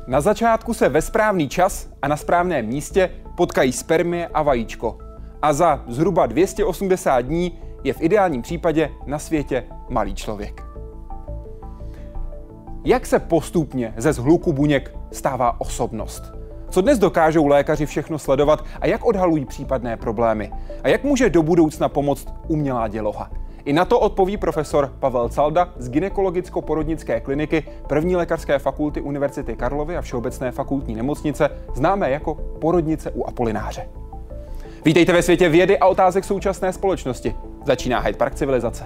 Na začátku se ve správný čas a na správném místě potkají spermie a vajíčko. A za zhruba 280 dní je v ideálním případě na světě malý člověk. Jak se postupně ze shluku buněk stává osobnost? Co dnes dokážou lékaři všechno sledovat a jak odhalují případné problémy? A jak může do budoucna pomoct umělá děloha? I na to odpoví profesor Pavel Calda z gynekologicko-porodnické kliniky 1. lékařské fakulty Univerzity Karlovy a Všeobecné fakultní nemocnice, známé jako porodnice u Apolináře. Vítejte ve světě vědy a otázek současné společnosti. Začíná Hyde Park civilizace.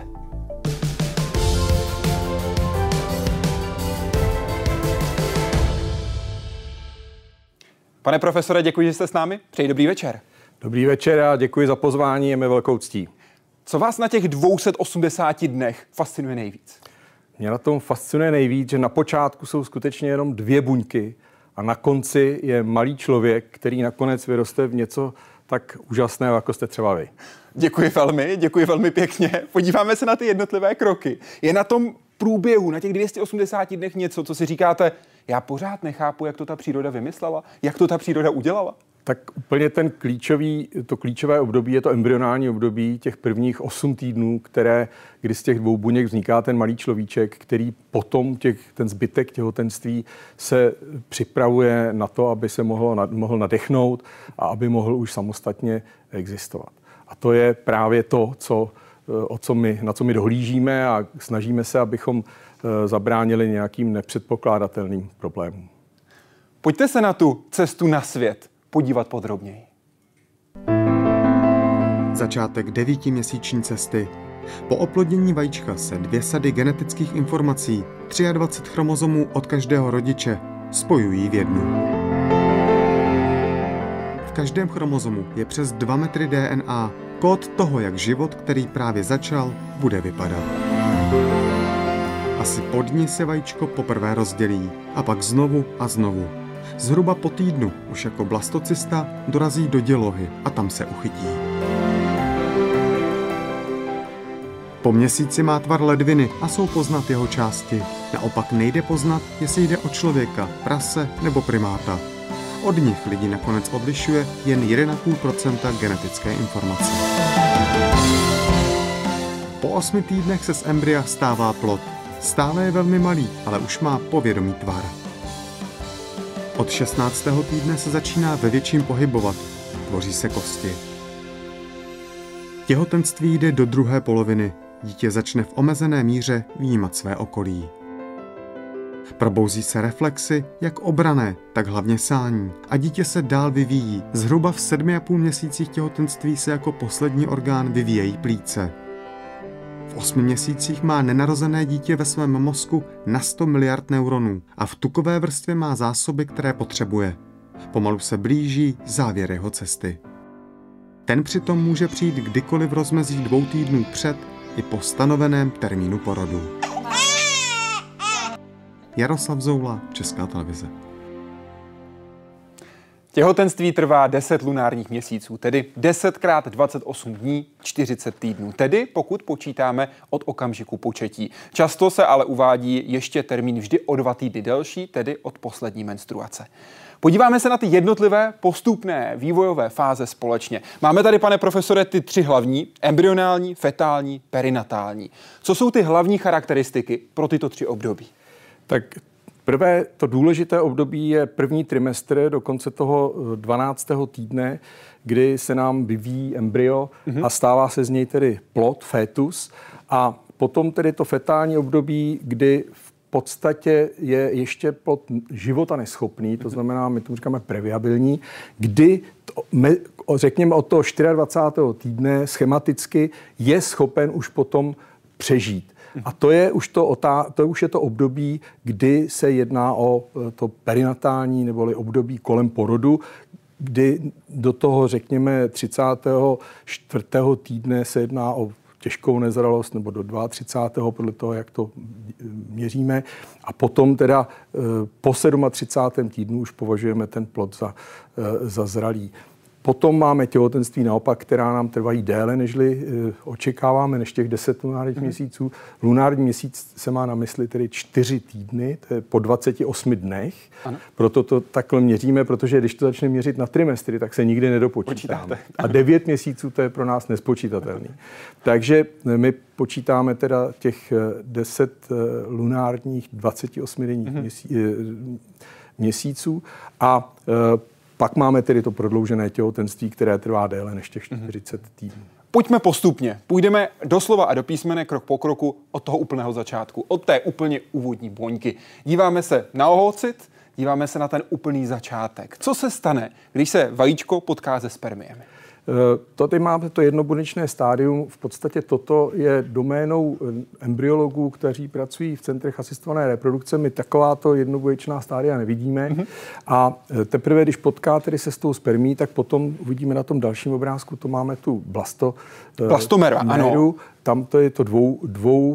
Pane profesore, děkuji, že jste s námi. Přeji dobrý večer. Dobrý večer a děkuji za pozvání, je mi velkou ctí. Co vás na těch 280 dnech fascinuje nejvíc? Mě na tom fascinuje nejvíc, že na počátku jsou skutečně jenom 2 buňky a na konci je malý člověk, který nakonec vyroste v něco tak úžasného, jako jste třeba vy. Děkuji velmi pěkně. Podíváme se na ty jednotlivé kroky. Je na tom průběhu, na těch 280 dnech něco, co si říkáte, já pořád nechápu, jak to ta příroda vymyslela, jak to ta příroda udělala? Tak úplně to klíčové období je to embryonální období těch prvních 8 týdnů, kdy z těch 2 buněk vzniká ten malý človíček, který potom ten zbytek těhotenství se připravuje na to, aby se mohl nadechnout a aby mohl už samostatně existovat. A to je právě to, na co my dohlížíme a snažíme se, abychom zabránili nějakým nepředpokládatelným problémům. Pojďte se na tu cestu na svět podívat podrobněji. Začátek 9měsíční cesty. Po oplodnění vajíčka se 2 sady genetických informací, 23 chromozomů od každého rodiče, spojují v jednu. V každém chromozomu je přes 2 metry DNA, kód toho, jak život, který právě začal, bude vypadat. Asi po dni se vajíčko poprvé rozdělí a pak znovu a znovu. Zhruba po týdnu už jako blastocysta dorazí do dělohy a tam se uchytí. Po měsíci má tvar ledviny a jsou poznat jeho části. Naopak nejde poznat, jestli jde o člověka, prase nebo primáta. Od nich lidi nakonec odlišuje jen 1,5% genetické informace. Po 8 týdnech se z embrya stává plod. Stále je velmi malý, ale už má povědomý tvar. Od 16. týdne se začíná ve větším pohybovat. Tvoří se kosti. Těhotenství jde do druhé poloviny. Dítě začne v omezené míře vnímat své okolí. Probouzí se reflexy, jak obranné, tak hlavně sání. A dítě se dál vyvíjí. Zhruba v 7,5 měsících těhotenství se jako poslední orgán vyvíjejí plíce. V 8 měsících má nenarozené dítě ve svém mozku na 100 miliard neuronů a v tukové vrstvě má zásoby, které potřebuje. Pomalu se blíží závěr jeho cesty. Ten přitom může přijít kdykoliv v rozmezí 2 týdnů před i po stanoveném termínu porodu. Jaroslav Zoula, Česká televize. Těhotenství trvá 10 lunárních měsíců, tedy 10 x 28 dní, 40 týdnů, tedy pokud počítáme od okamžiku početí. Často se ale uvádí ještě termín vždy o 2 týdny delší, tedy od poslední menstruace. Podíváme se na ty jednotlivé postupné vývojové fáze společně. Máme tady, pane profesore, ty 3 hlavní, embryonální, fetální, perinatální. Co jsou ty hlavní charakteristiky pro tyto 3 období? Tak prvé, to důležité období je 1. trimestr do konce toho 12. týdne, kdy se nám vyvíjí embryo a stává se z něj tedy plod, fetus. A potom tedy to fetální období, kdy v podstatě je ještě plod života neschopný, to znamená, my tomu říkáme previabilní, kdy řekněme od toho 24. týdne schematicky je schopen už potom přežít. A to je už to období, kdy se jedná o to perinatální neboli období kolem porodu, kdy do toho, řekněme, 34. týdne se jedná o těžkou nezralost nebo do 32. podle toho, jak to měříme. A potom teda po 37. týdnu už považujeme ten plod za zralý. Potom máme těhotenství naopak, která nám trvají déle, nežli očekáváme, než těch 10 lunárních měsíců. Lunární měsíc se má na mysli tedy 4 týdny, to je po 28 dnech. Ano. Proto to takhle měříme, protože když to začne měřit na trimestry, tak se nikdy nedopočítáme. A 9 měsíců to je pro nás nespočítatelný. Takže my počítáme teda těch 10 lunárních 28 denních měsíců a pak máme tedy to prodloužené těhotenství, které trvá déle než těch 40 týdnů. Pojďme postupně. Půjdeme doslova a do písmene, krok po kroku, od toho úplného začátku, od té úplně úvodní buňky. Díváme se na ovocit, díváme se na ten úplný začátek. Co se stane, když se vajíčko potká se spermiem? Tady máme to jednobuněčné stádium. V podstatě toto je doménou embryologů, kteří pracují v centrech asistované reprodukce. My takováto jednobuněčná stádia nevidíme. A teprve, když potká tedy se s tou spermí, tak potom uvidíme na tom dalším obrázku, to máme tu blastomeru. Ano. Tam to je to dvou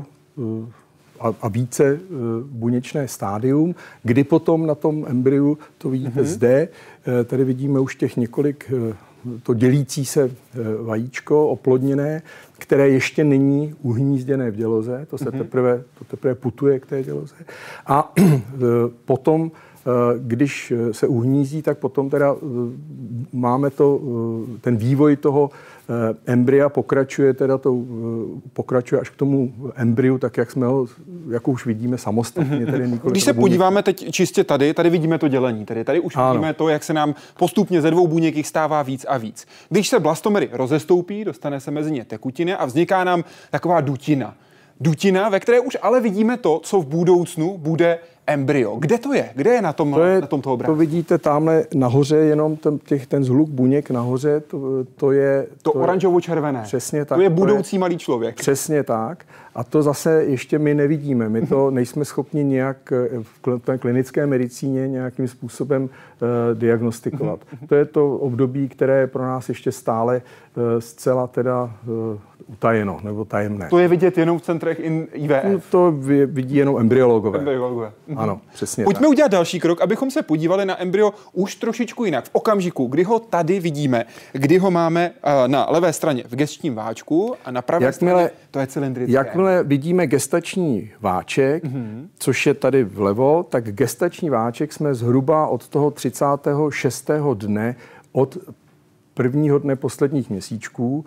a více buněčné stádium, kdy potom na tom embryu, to vidíte zde, tady vidíme už těch několik to dělící se vajíčko oplodněné, které ještě není uhnízděné v děloze, to se teprve putuje k té děloze. A potom, když se uhnízdí, tak potom teda máme ten vývoj toho embrya pokračuje až k tomu embryu, tak jak jsme ho, jako už vidíme samostatně. Když se podíváme teď čistě tady vidíme to dělení. Tady už vidíme to, jak se nám postupně ze 2 buněk jich stává víc a víc. Když se blastomery rozestoupí, dostane se mezi ně tekutina a vzniká nám taková dutina. Dutina, ve které už ale vidíme to, co v budoucnu bude embryo. Kde to je? Kde je na tomto obrázku? To vidíte tamhle nahoře, jenom ten zhluk buněk nahoře, to je... To oranžovo-červené. Přesně tak. To je budoucí malý člověk. Přesně tak. A to zase ještě my nevidíme. My to nejsme schopni nějak v té klinické medicíně nějakým způsobem diagnostikovat. To je to období, které je pro nás ještě stále zcela teda utajeno nebo tajemné. To je vidět jenom v centrech IVF. To vidí jenom embryologové. Ano, přesně. Pojďme udělat další krok, abychom se podívali na embryo už trošičku jinak. V okamžiku, kdy ho tady vidíme, kdy ho máme na levé straně v gestačním váčku a na pravé straně to je cylindrické. Jakmile vidíme gestační váček, což je tady vlevo, tak gestační váček jsme zhruba od toho 36. dne od prvního dne posledních měsíčků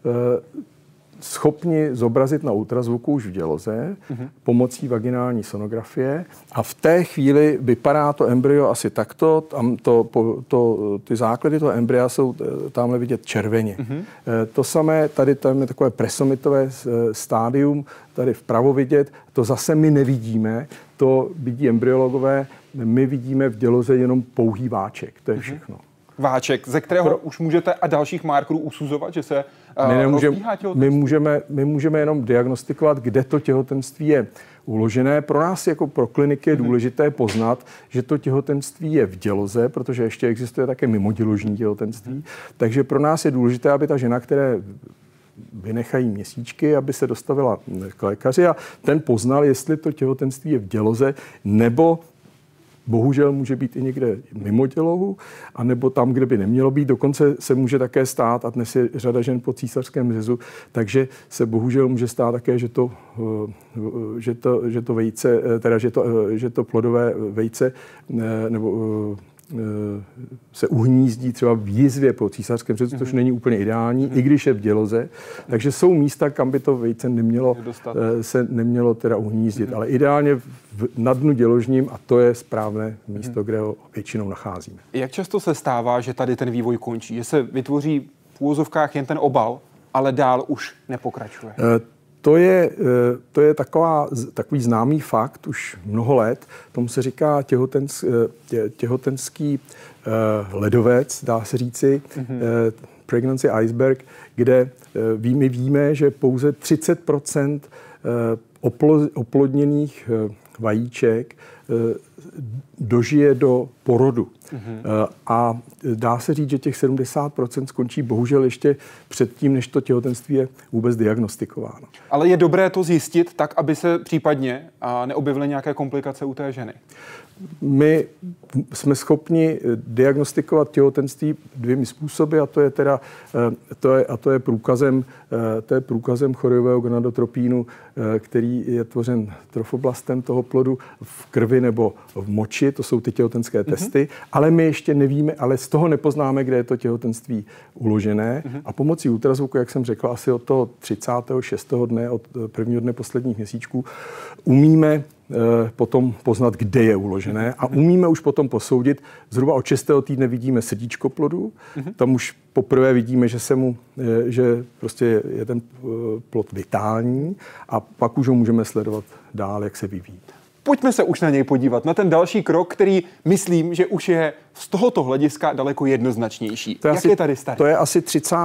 schopni zobrazit na ultrazvuku už v děloze pomocí vaginální sonografie a v té chvíli vypadá to embryo asi takto, tam ty základy toho embrya jsou tamhle vidět červeně. To samé, tam je takové presomitové stádium, tady vpravo vidět, to zase my nevidíme, to vidí embryologové, my vidíme v děloze jenom pouhý váček, to je všechno. Váček, ze kterého už můžete a dalších markerů usuzovat, že se rozbíhá těhotenství? My můžeme jenom diagnostikovat, kde to těhotenství je uložené. Pro nás jako pro kliniky je důležité poznat, že to těhotenství je v děloze, protože ještě existuje také mimoděložní těhotenství. Takže pro nás je důležité, aby ta žena, které vynechají měsíčky, aby se dostavila k lékaři a ten poznal, jestli to těhotenství je v děloze, nebo bohužel může být i někde mimo dělohu, anebo tam, kde by nemělo být. Dokonce se může také stát, a dnes je řada žen po císařském řezu, takže se bohužel může stát také, že to vejce, teda že to plodové vejce nebo se uhnízdí třeba v jizvě po císařském řezu, což není úplně ideální, i když je v děloze. Takže jsou místa, kam by to vejce nemělo teda uhnízdit. Ale ideálně na dnu děložním a to je správné místo, kde ho většinou nacházíme. Jak často se stává, že tady ten vývoj končí? Že se vytvoří v úvozovkách jen ten obal, ale dál už nepokračuje? To je takový známý fakt už mnoho let. Tomu se říká těhotenský ledovec, dá se říci, pregnancy iceberg, kde my víme, že pouze 30% oplodněných vajíček dožije do porodu. A dá se říct, že těch 70% skončí bohužel ještě předtím, než to těhotenství je vůbec diagnostikováno. Ale je dobré to zjistit tak, aby se případně neobjevily nějaké komplikace u té ženy? My jsme schopni diagnostikovat těhotenství dvěmi způsoby, a to je teda to je průkazem choriového gonadotropínu, který je tvořen trofoblastem toho plodu v krvi nebo v moči, to jsou ty těhotenské testy, ale my ještě nevíme, ale z toho nepoznáme, kde je to těhotenství uložené. A pomocí ultrazvuku, jak jsem řekl, asi od toho 36. dne, od prvního dne posledních měsíčků, umíme potom poznat, kde je uložené a umíme už potom posoudit. Zhruba od 6. týdne vidíme srdíčko plodu, tam už poprvé vidíme, že prostě je ten plod vitální a pak už ho můžeme sledovat dál, jak se vyvíjí. Pojďme se už na něj podívat, na ten další krok, který myslím, že už je z tohoto hlediska daleko jednoznačnější. Jak je tady starý? To je asi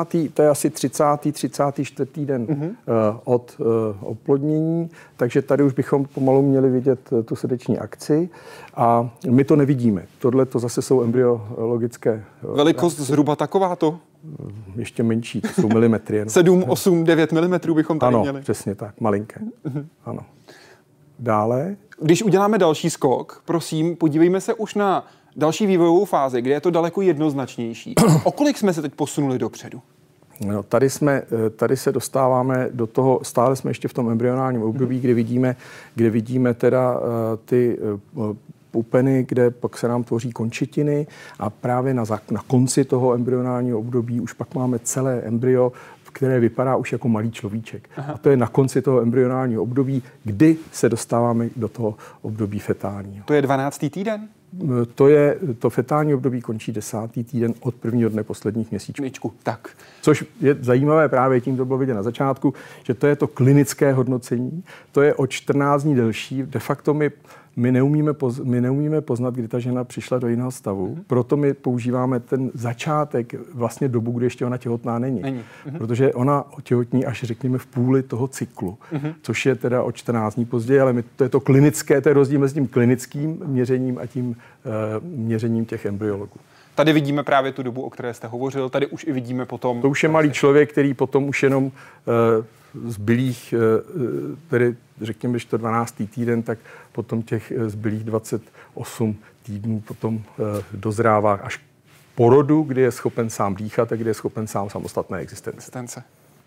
34. den od oplodnění, takže tady už bychom pomalu měli vidět tu srdeční akci a my to nevidíme. Tohle to zase jsou embryologické. Velikost zhruba takováto? Ještě menší, to jsou milimetry. 7, 8, 9 milimetrů bychom tady měli. Ano, přesně tak, malinké. Ano. Dále. Když uděláme další skok, prosím, podívejme se už na další vývojovou fázi, kde je to daleko jednoznačnější. O kolik jsme se teď posunuli dopředu? No, tady se dostáváme do toho, stále jsme ještě v tom embryonálním období, kde vidíme teda ty pupeny, kde pak se nám tvoří končetiny a právě na konci toho embryonálního období už pak máme celé embryo, které vypadá už jako malý človíček. Aha. A to je na konci toho embryonálního období, kdy se dostáváme do toho období fetálního. To je 12. týden? To fetální období končí 10. týden od prvního dne posledních měsíčků. Tak. Což je zajímavé právě tím, to bylo vidět na začátku, že to je to klinické hodnocení, to je o 14 dní delší. De facto my neumíme poznat, kdy ta žena přišla do jiného stavu, proto my používáme ten začátek, vlastně dobu, kdy ještě ona těhotná není. Protože ona těhotní až řekněme v půli toho cyklu, což je teda o 14 dní později, ale to je to klinické, to je rozdíl mezi tím klinickým měřením a tím měřením těch embryologů. Tady vidíme právě tu dobu, o které jste hovořil, tady už i vidíme potom... To už je malý člověk, který potom už jenom zbylých, tedy řekněme, že to 12. týden, tak potom těch zbylých 28 týdnů potom dozrává až k porodu, kdy je schopen sám dýchat a kdy je schopen sám samostatné existence.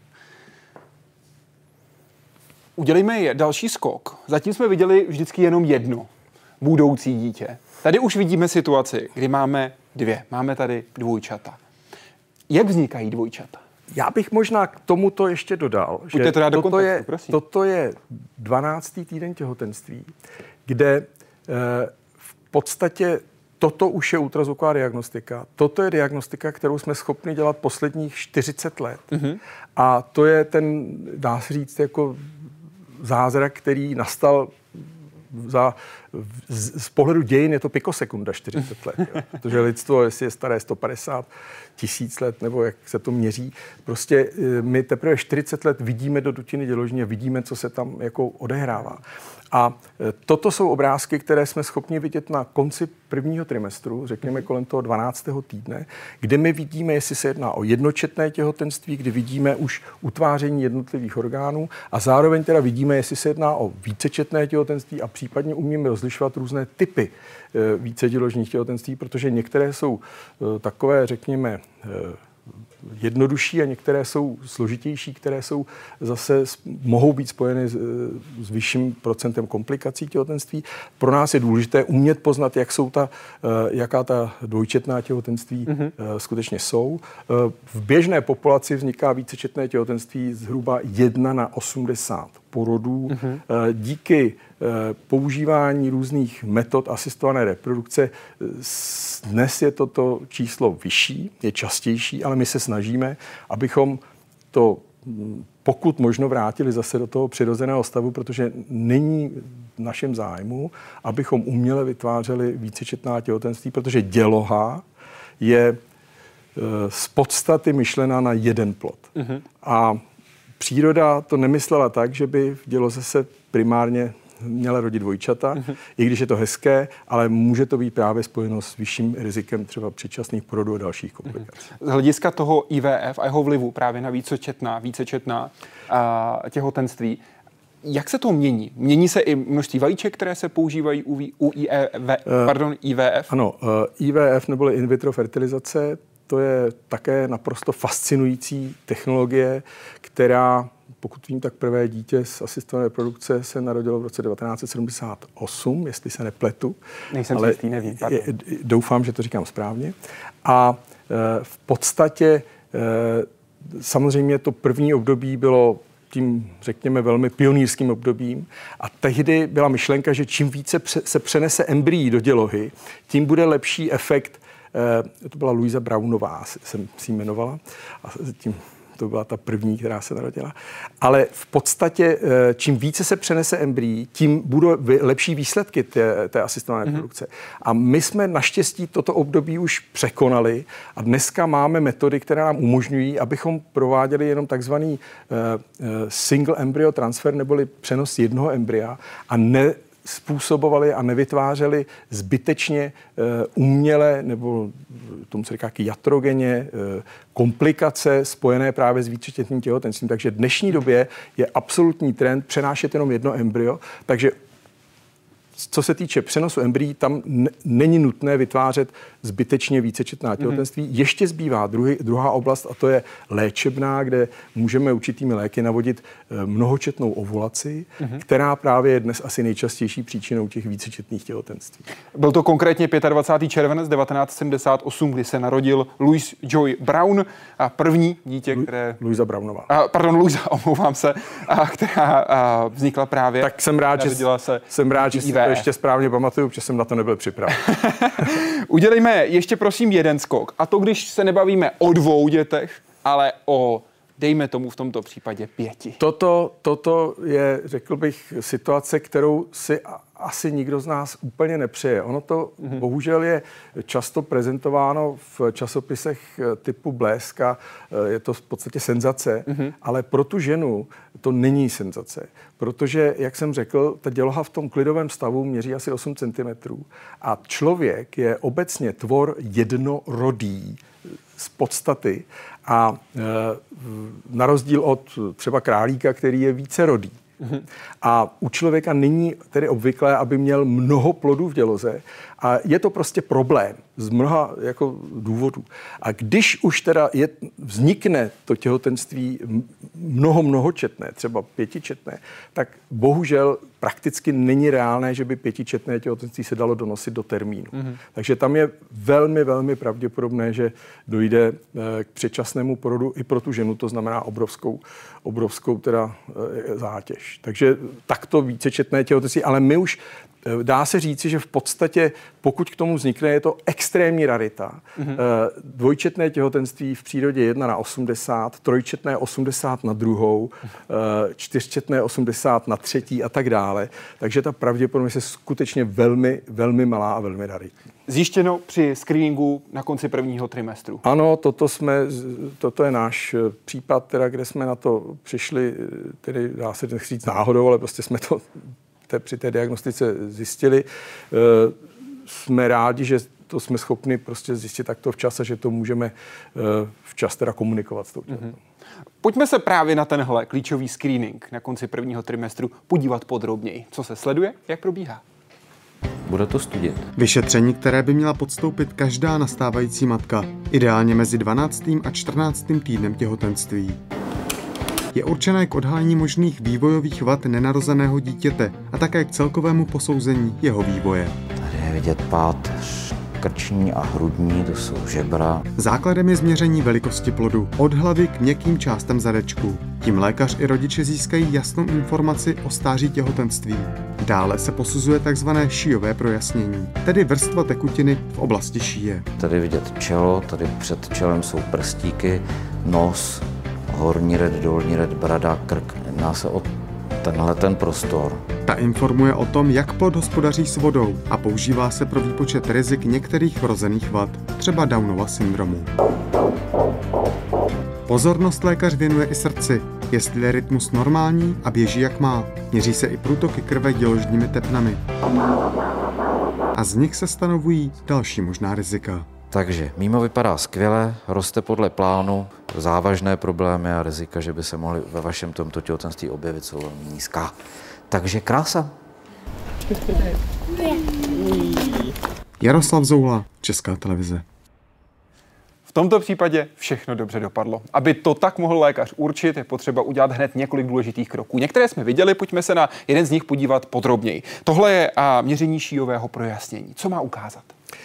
Udělejme další skok. Zatím jsme viděli vždycky jenom jedno budoucí dítě. Tady už vidíme situaci, kdy máme máme tady dvojčata. Jak vznikají dvojčata? Já bych možná k tomuto ještě dodal, že toto je 12. týden těhotenství, kde v podstatě toto už je ultrazvuková diagnostika. Toto je diagnostika, kterou jsme schopni dělat posledních 40 let. A to je ten, dá se říct, jako zázrak, který nastal z pohledu dějin je to pikosekunda 40 let. Jo. Protože lidstvo, jestli je staré 150 000 let, nebo jak se to měří, prostě my teprve 40 let vidíme do dutiny děložní a vidíme, co se tam jako odehrává. A toto jsou obrázky, které jsme schopni vidět na konci prvního trimestru, řekněme kolem toho 12. týdne, kde my vidíme, jestli se jedná o jednočetné těhotenství, kdy vidíme už utváření jednotlivých orgánů a zároveň teda vidíme, jestli se jedná o vícečetné těhotenství a případně umíme rozlišovat různé typy víceděložních těhotenství, protože některé jsou takové, řekněme, jednodušší a některé jsou složitější, které jsou zase mohou být spojeny s vyšším procentem komplikací těhotenství. Pro nás je důležité umět poznat, jaká ta dvojčetná těhotenství skutečně jsou. V běžné populaci vzniká vícečetné těhotenství zhruba 1 na 80 porodů. Díky používání různých metod asistované reprodukce dnes je toto číslo vyšší, je častější, ale my se snažíme, abychom to pokud možno vrátili zase do toho přirozeného stavu, protože není v našem zájmu, abychom uměle vytvářeli vícečetná těhotenství, protože děloha je z podstaty myšlená na jeden plod. A příroda to nemyslela tak, že by v děloze se primárně měla rodit dvojčata, i když je to hezké, ale může to být právě spojeno s vyšším rizikem třeba předčasných porodů a dalších komplikací. Z hlediska toho IVF a jeho vlivu právě na vícečetná těhotenství, jak se to mění? Mění se i množství vajíček, které se používají u IVF? Ano, IVF neboli in vitro fertilizace, to je také naprosto fascinující technologie, která, pokud vím, tak prvé dítě z asistované reprodukce se narodilo v roce 1978, jestli se nepletu. Nejsem si jistý, nevím. Doufám, že to říkám správně. A v podstatě samozřejmě to první období bylo tím, řekněme, velmi pionýrským obdobím. A tehdy byla myšlenka, že čím více se přenese embryí do dělohy, tím bude lepší efekt. To byla Louisa Brownová, jsem si jmenovala. A tím to byla ta první, která se narodila. Ale v podstatě, čím více se přenese embryí, tím budou lepší výsledky té asistované reprodukce. A my jsme naštěstí toto období už překonali a dneska máme metody, které nám umožňují, abychom prováděli jenom takzvaný single embryo transfer, neboli přenos jednoho embrya a způsobovali a nevytvářeli zbytečně uměle, nebo tomu se říká iatrogeně, komplikace spojené právě s vícečetným těhotenstvím. Takže v dnešní době je absolutní trend přenášet jenom jedno embryo, takže co se týče přenosu embryí, tam není nutné vytvářet zbytečně vícečetná těhotenství. Ještě zbývá druhá oblast a to je léčebná, kde můžeme určitými léky navodit mnohočetnou ovulaci, která právě je dnes asi nejčastější příčinou těch vícečetných těhotenství. Byl to konkrétně 25. červenec 1978, kdy se narodil Louise Joy Brown, a první dítě, které... Louisa Brownová. Louisa, omlouvám se, která vznikla právě... Tak jsem rád, že si to ještě správně pamatuju, protože jsem na to nebyl připraven. Udělejme ještě prosím jeden skok. A to, když se nebavíme o 2 dětech, ale o, dejme tomu v tomto případě 5. Toto je, řekl bych, situace, kterou si asi nikdo z nás úplně nepřeje. Ono to bohužel je často prezentováno v časopisech typu Blesk a je to v podstatě senzace, ale pro tu ženu to není senzace, protože, jak jsem řekl, ta děloha v tom klidovém stavu měří asi 8 cm a člověk je obecně tvor jednorodý z podstaty a na rozdíl od třeba králíka, který je vícerodý. A u člověka není tedy obvyklé, aby měl mnoho plodů v děloze a je to prostě problém z mnoha jako důvodů. A když už teda vznikne to těhotenství mnohočetné, třeba 5četné, tak bohužel prakticky není reálné, že by 5četné těhotenství se dalo donosit do termínu. Takže tam je velmi, velmi pravděpodobné, že dojde k předčasnému porodu i pro tu ženu, to znamená obrovskou teda zátěž. Takže takto vícečetné těhotenství, ale my už dá se říci, že v podstatě, pokud k tomu vznikne, je to extrémní rarita. Dvojčetné těhotenství v přírodě 1/80, trojčetné 80 na druhou, 4četné 80 na třetí a tak dále. Takže ta pravděpodobnost je skutečně velmi, velmi malá a velmi raritní. Zjištěno při screeningu na konci prvního trimestru. Ano, toto je náš případ, teda, kde jsme na to přišli, tedy dá se říct náhodou, ale prostě jsme to při té diagnostice zjistili. Jsme rádi, že to jsme schopni prostě zjistit takto včas a že to můžeme včas teda komunikovat s tou těhotnou. Pojďme se právě na tenhle klíčový screening na konci prvního trimestru podívat podrobněji. Co se sleduje, jak probíhá? Bude to studit. Vyšetření, které by měla podstoupit každá nastávající matka, ideálně mezi 12. a 14. týdnem těhotenství. Je určené k odhalení možných vývojových vad nenarozeného dítěte a také k celkovému posouzení jeho vývoje. Tady je vidět páteř, krční a hrudní, to jsou žebra. Základem je změření velikosti plodu od hlavy k měkkým částem zadečku. Tím lékař i rodiče získají jasnou informaci o stáří těhotenství. Dále se posuzuje tzv. Šíjové projasnění, tedy vrstva tekutiny v oblasti šíje. Tady vidět čelo, tady před čelem jsou prstíky, nos, horní red, dolní red, brada, krk. Jedná se o ten prostor. Ta informuje o tom, jak plod hospodaří s vodou a používá se pro výpočet rizik některých vrozených vad, třeba Downova syndromu. Pozornost lékař věnuje i srdci. jestli je rytmus normální a běží jak má. Měří se i průtoky krve děložními tepnami. A z nich se stanovují další možná rizika. Takže mimo vypadá skvěle, roste podle plánu, závažné problémy a rizika, že by se mohly ve vašem tomto těhotenství objevit, jsou velmi nízká. Takže krása. Jaroslav Zoula, Česká televize. V tomto případě všechno dobře dopadlo. Aby to tak mohl lékař určit, je potřeba udělat hned několik důležitých kroků. Některé jsme viděli, pojďme se na jeden z nich podívat podrobněji. Tohle je měření šíjového projasnění. Co má ukázat?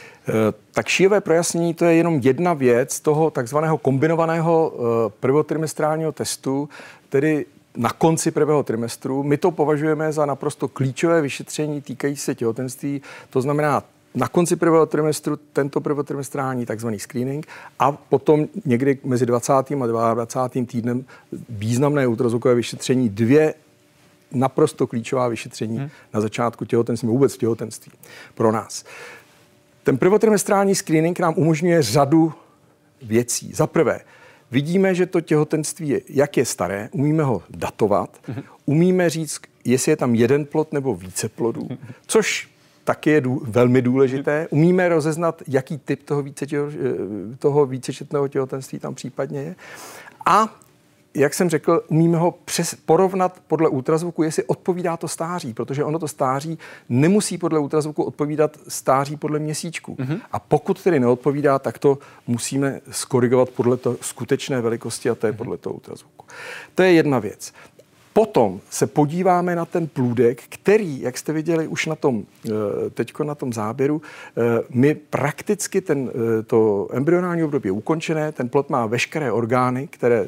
Tak šíjové projasnění to je jenom jedna věc toho takzvaného kombinovaného prvotrimestrálního testu, tedy na konci prvého trimestru. My to považujeme za naprosto klíčové vyšetření týkající se těhotenství. To znamená na konci prvého trimestru tento prvotrimestrální takzvaný screening a potom někdy mezi 20. a 22. týdnem významné ultrazvukové vyšetření, dvě naprosto klíčová vyšetření na začátku těhotenství, vůbec v těhotenství pro nás. Ten prvotrimestrální screening nám umožňuje řadu věcí. Za prvé, vidíme, že to těhotenství je, jak je staré, umíme ho datovat, umíme říct, jestli je tam jeden plod nebo více plodů, což taky je velmi důležité. Umíme rozeznat, jaký typ toho vícečetného těhotenství tam případně je. A jak jsem řekl, umíme ho porovnat podle ultrazvuku, jestli odpovídá to stáří, protože ono to stáří nemusí podle ultrazvuku odpovídat stáří podle měsíčku. A pokud tedy neodpovídá, tak to musíme skorigovat podle to skutečné velikosti a to je podle toho ultrazvuku. To je jedna věc. Potom se podíváme na ten plůdek, který, jak jste viděli už na tom, teďko na tom záběru, my prakticky to embryonální období je ukončené, ten plod má veškeré orgány, které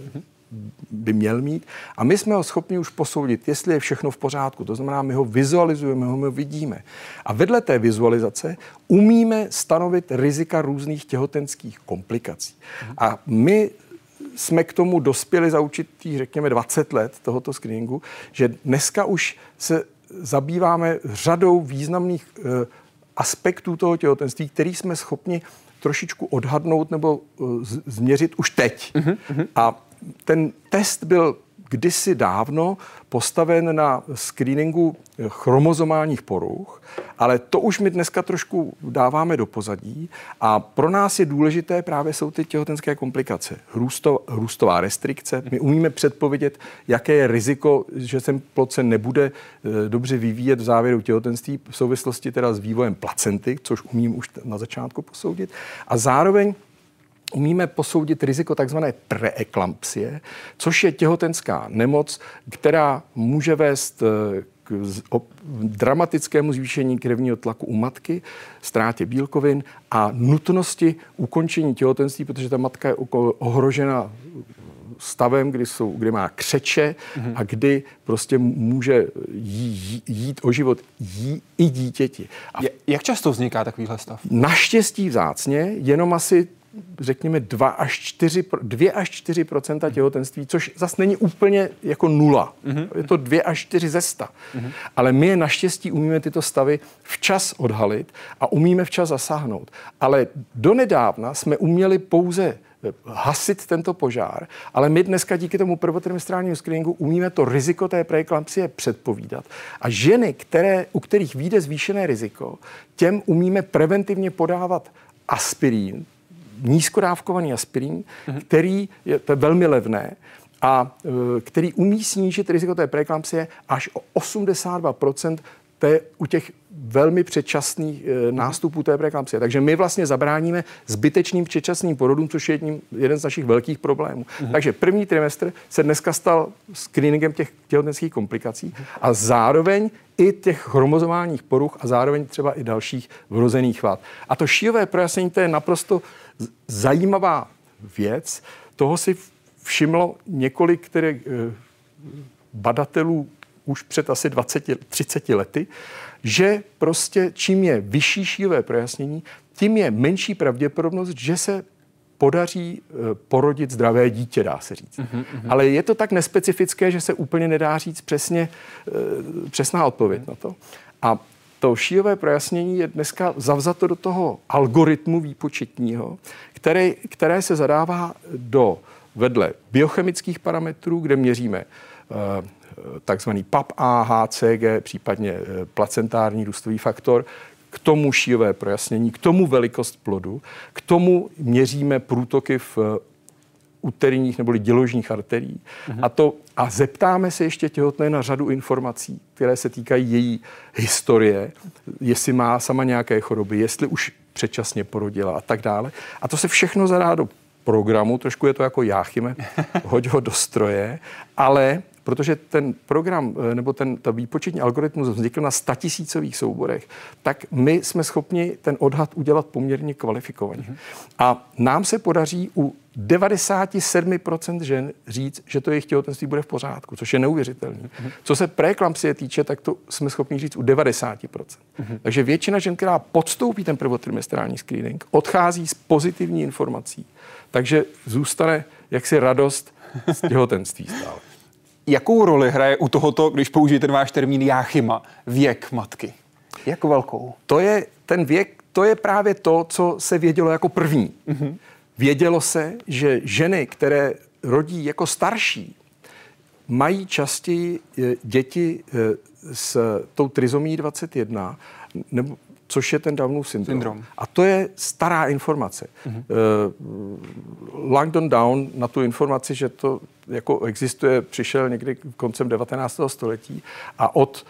by měl mít a my jsme ho schopni už posoudit, jestli je všechno v pořádku. To znamená, my ho vizualizujeme, my ho vidíme. A vedle té vizualizace umíme stanovit rizika různých těhotenských komplikací. A my jsme k tomu dospěli za určitých, řekněme, 20 let tohoto screeningu, že dneska už se zabýváme řadou významných aspektů toho těhotenství, který jsme schopni trošičku odhadnout nebo změřit už teď. A ten test byl kdysi dávno postaven na screeningu chromozomálních poruch, ale to už my dneska trošku dáváme do pozadí a pro nás je důležité právě jsou ty těhotenské komplikace. Růstová restrikce. My umíme předpovědět, jaké je riziko, že ten plod se nebude dobře vyvíjet v závěru těhotenství v souvislosti teda s vývojem placenty, což umím už na začátku posoudit. A zároveň umíme posoudit riziko takzvané preeklampsie, což je těhotenská nemoc, která může vést k dramatickému zvýšení krevního tlaku u matky, ztrátě bílkovin a nutnosti ukončení těhotenství, protože ta matka je ohrožena stavem, kdy má křeče a kdy prostě může jít o život i dítěti. Jak často vzniká takovýhle stav? Naštěstí vzácně, jenom asi řekněme 2 až 4% těhotenství, což zase není úplně jako nula. Je to 2 až 4 ze 100. Ale my naštěstí umíme tyto stavy včas odhalit a umíme včas zasáhnout. Ale donedávna jsme uměli pouze hasit tento požár, ale my dneska díky tomu prvotrimestrálnímu screeningu umíme to riziko té preeklampsie předpovídat. A ženy, u kterých vyjde zvýšené riziko, těm umíme preventivně podávat aspirín, nízkodávkovaný aspirín, který je velmi levné a který umí snížit riziko té preeklampsie až o 82% u těch velmi předčasných nástupů té preeklampsie. Takže my vlastně zabráníme zbytečným předčasným porodům, což je jeden z našich velkých problémů. Takže první trimestr se dneska stal screeningem těch těhotenských komplikací a zároveň i těch chromozomálních poruch a zároveň třeba i dalších vrozených vad. A to šíjové projasnění, to je naprosto zajímavá věc. Toho si všimlo několik badatelů už před asi 20-30 lety, že prostě čím je vyšší šíjové projasnění, tím je menší pravděpodobnost, že se podaří porodit zdravé dítě, dá se říct. Ale je to tak nespecifické, že se úplně nedá říct přesná odpověď na to. A to šíjové projasnění je dneska zavzato do toho algoritmu výpočetního, které se zadává do vedle biochemických parametrů, kde měříme takzvaný PAP-A, HCG, případně placentární růstový faktor, k tomu šíjové projasnění, k tomu velikost plodu, k tomu měříme průtoky v uterních neboli děložních arterií. A zeptáme se ještě těhotné na řadu informací, které se týkají její historie, jestli má sama nějaké choroby, jestli už předčasně porodila a tak dále. A to se všechno zadá do programu, trošku je to jako Jáchyme, hoď ho do stroje, ale protože ten program nebo ta výpočetní algoritmus vznikl na 100 000 souborech, tak my jsme schopni ten odhad udělat poměrně kvalifikovaně. A nám se podaří u 97% žen říct, že to jejich těhotenství bude v pořádku, což je neuvěřitelné. Co se preeklampsie týče, tak to jsme schopni říct u 90%. Takže většina žen, která podstoupí ten prvotrimestrální screening, odchází s pozitivní informací. Takže zůstane jaksi radost z těhotenství stále. Jakou roli hraje u tohoto, když použijete ten váš termín Jáchyma, věk matky? Jak velkou? Ten věk, to je právě to, co se vědělo jako první. Vědělo se, že ženy, které rodí jako starší, mají častěji děti s tou trizomí 21, nebo což je ten Downův syndrom. A to je stará informace. Langdon Down na tu informaci, že to jako existuje, přišel někdy koncem 19. století a od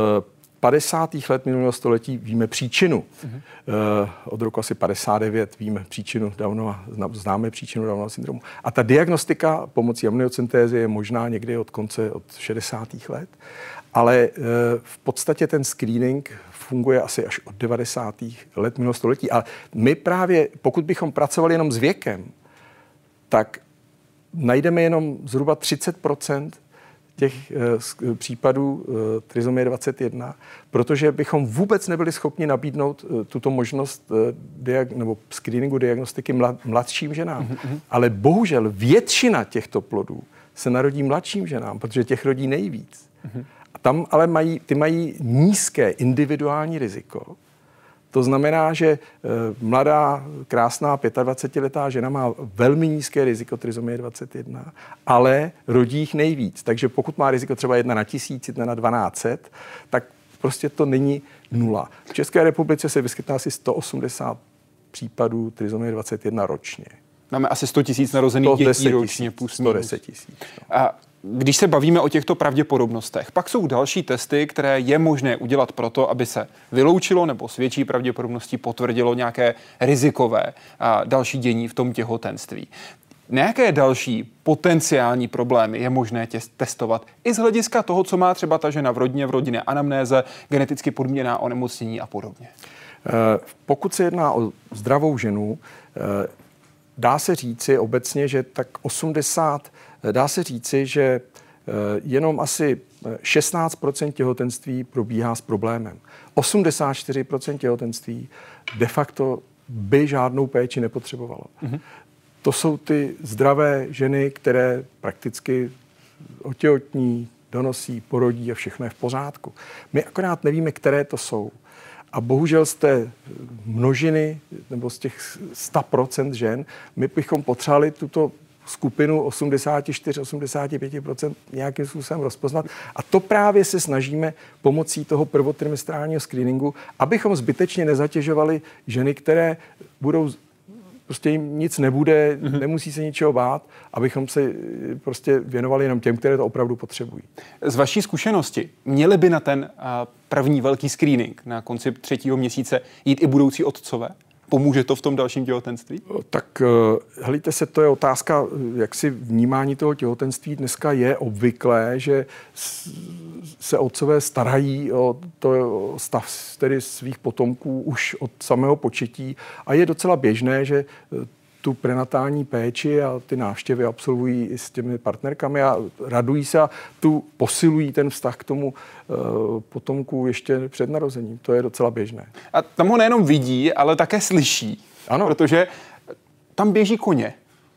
50. let minulého století víme příčinu. Od roku asi 59 víme příčinu Downova, známe příčinu Downova syndromu. A ta diagnostika pomocí amniocyntézy je možná někdy od 60. let, ale v podstatě ten screening funguje asi až od 90. let minulého století. A my právě, pokud bychom pracovali jenom s věkem, tak najdeme jenom zhruba 30% těch případů trizomie 21, protože bychom vůbec nebyli schopni nabídnout tuto možnost nebo screeningu diagnostiky mladším ženám. Ale bohužel většina těchto plodů se narodí mladším ženám, protože těch rodí nejvíc. A tam ale mají nízké individuální riziko. To znamená, že mladá, krásná 25letá žena má velmi nízké riziko trizomie 21, ale rodí jich nejvíc. Takže pokud má riziko třeba 1 na 1000, 1 na 1200, tak prostě to není nula. V České republice se vyskytná asi 180 případů trizomie 21 ročně. Máme asi 100 000 narozených dětí ročně. 110 000. A když se bavíme o těchto pravděpodobnostech, pak jsou další testy, které je možné udělat proto, aby se vyloučilo nebo s větší pravděpodobností potvrdilo nějaké rizikové a další dění v tom těhotenství. Nějaké další potenciální problémy je možné testovat i z hlediska toho, co má třeba ta žena v rodině, v rodinné anamnéze, geneticky podmíněná onemocnění a podobně? Pokud se jedná o zdravou ženu, dá se říci obecně, že dá se říci, že jenom asi 16% těhotenství probíhá s problémem. 84% těhotenství de facto by žádnou péči nepotřebovalo. To jsou ty zdravé ženy, které prakticky otěhotní, donosí, porodí a všechno je v pořádku. My akorát nevíme, které to jsou. A bohužel z té množiny, nebo z těch 100% žen, my bychom potřebovali tuto skupinu 84-85% nějakým způsobem rozpoznat. A to právě se snažíme pomocí toho prvotrimestrálního screeningu, abychom zbytečně nezatěžovali ženy, které budou, prostě jim nic nebude, nemusí se ničeho bát, abychom se prostě věnovali jenom těm, které to opravdu potřebují. Z vaší zkušenosti měli by na ten první velký screening na konci 3. měsíce jít i budoucí otcové? Pomůže to v tom dalším těhotenství? Tak helejte se, to je otázka jaksi vnímání toho těhotenství. Dneska je obvyklé, že se otcové starají o to stav tedy svých potomků už od samého početí a je docela běžné, že tu prenatální péči a ty návštěvy absolvují i s těmi partnerkami a radují se a posilují ten vztah k tomu potomku ještě před narozením. To je docela běžné. A tam ho nejenom vidí, ale také slyší. Ano. Protože tam běží koně.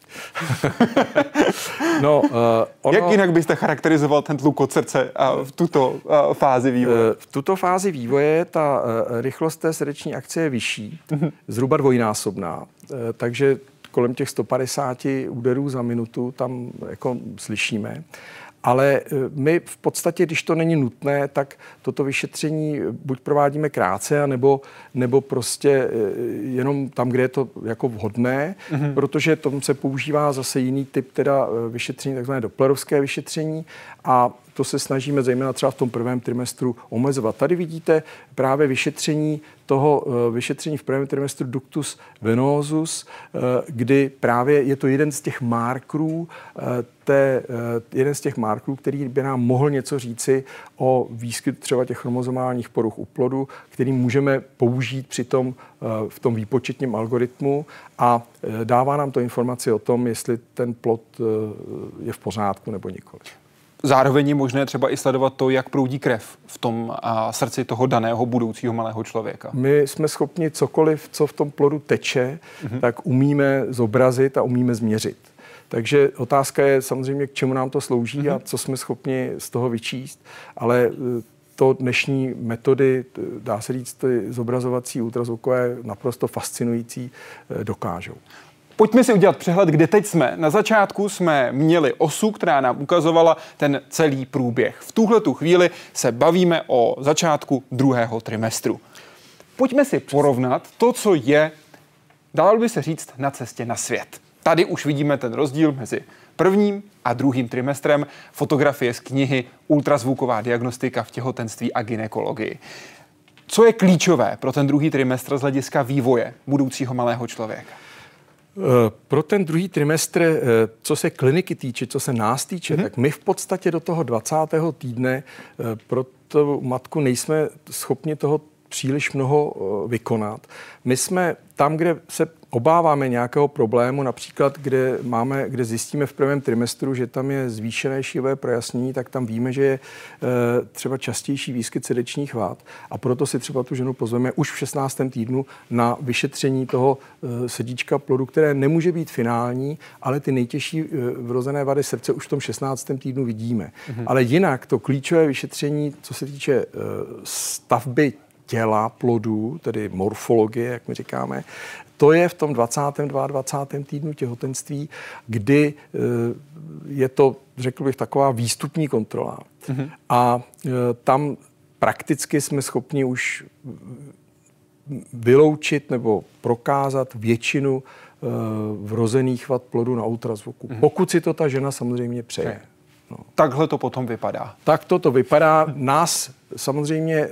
Jak jinak byste charakterizoval ten tluk od srdce v tuto fázi vývoje? V tuto fázi vývoje ta rychlost té srdeční akce je vyšší, zhruba dvojnásobná. Takže kolem těch 150 úderů za minutu tam jako slyšíme. Ale my v podstatě, když to není nutné, tak toto vyšetření buď provádíme krátce, nebo prostě jenom tam, kde je to jako vhodné, protože tomu se používá zase jiný typ teda vyšetření, takzvané dopplerovské vyšetření, a to se snažíme zejména třeba v tom prvém trimestru omezovat. Tady vidíte právě vyšetření v prvém trimestru ductus venosus, kdy právě je to jeden z těch markerů, který by nám mohl něco říci o výskytu třeba těch chromozomálních poruch u plodu, který můžeme použít přitom v tom výpočetním algoritmu, a dává nám to informaci o tom, jestli ten plod je v pořádku nebo nikoliv. Zároveň je možné třeba i sledovat to, jak proudí krev v tom srdci toho daného budoucího malého člověka. My jsme schopni cokoliv, co v tom plodu teče, tak umíme zobrazit a umíme změřit. Takže otázka je samozřejmě, k čemu nám to slouží a co jsme schopni z toho vyčíst, ale to dnešní metody, dá se říct, ty zobrazovací ultrazvukové naprosto fascinující dokážou. Pojďme si udělat přehled, kde teď jsme. Na začátku jsme měli osu, která nám ukazovala ten celý průběh. V tuhletu chvíli se bavíme o začátku druhého trimestru. Pojďme si porovnat to, co je, dalo by se říct, na cestě na svět. Tady už vidíme ten rozdíl mezi prvním a druhým trimestrem. Fotografie z knihy Ultrazvuková diagnostika v těhotenství a gynekologii. Co je klíčové pro ten druhý trimestr z hlediska vývoje budoucího malého člověka? Pro ten druhý trimestr, co se kliniky týče, co se nás týče, tak my v podstatě do toho 20. týdne pro tu matku nejsme schopni toho příliš mnoho vykonat. My jsme tam, kde se obáváme nějakého problému, například kde zjistíme v prvém trimestru, že tam je zvýšené šívé projasnění, tak tam víme, že je třeba častější výskyt srdečních vad, a proto si třeba tu ženu pozveme už v 16. týdnu na vyšetření toho srdíčka plodu, které nemůže být finální, ale ty nejtěžší vrozené vady srdce už v tom 16. týdnu vidíme. Ale jinak to klíčové vyšetření, co se týče stavby těla plodu, tedy morfologie, jak my říkáme, to je v tom 22. týdnu těhotenství, kdy je to, řekl bych, taková výstupní kontrola. A tam prakticky jsme schopni už vyloučit nebo prokázat většinu vrozených vad plodu na ultrazvuku. Pokud si to ta žena samozřejmě přeje. No. Takhle to potom vypadá. Tak to vypadá. Nás samozřejmě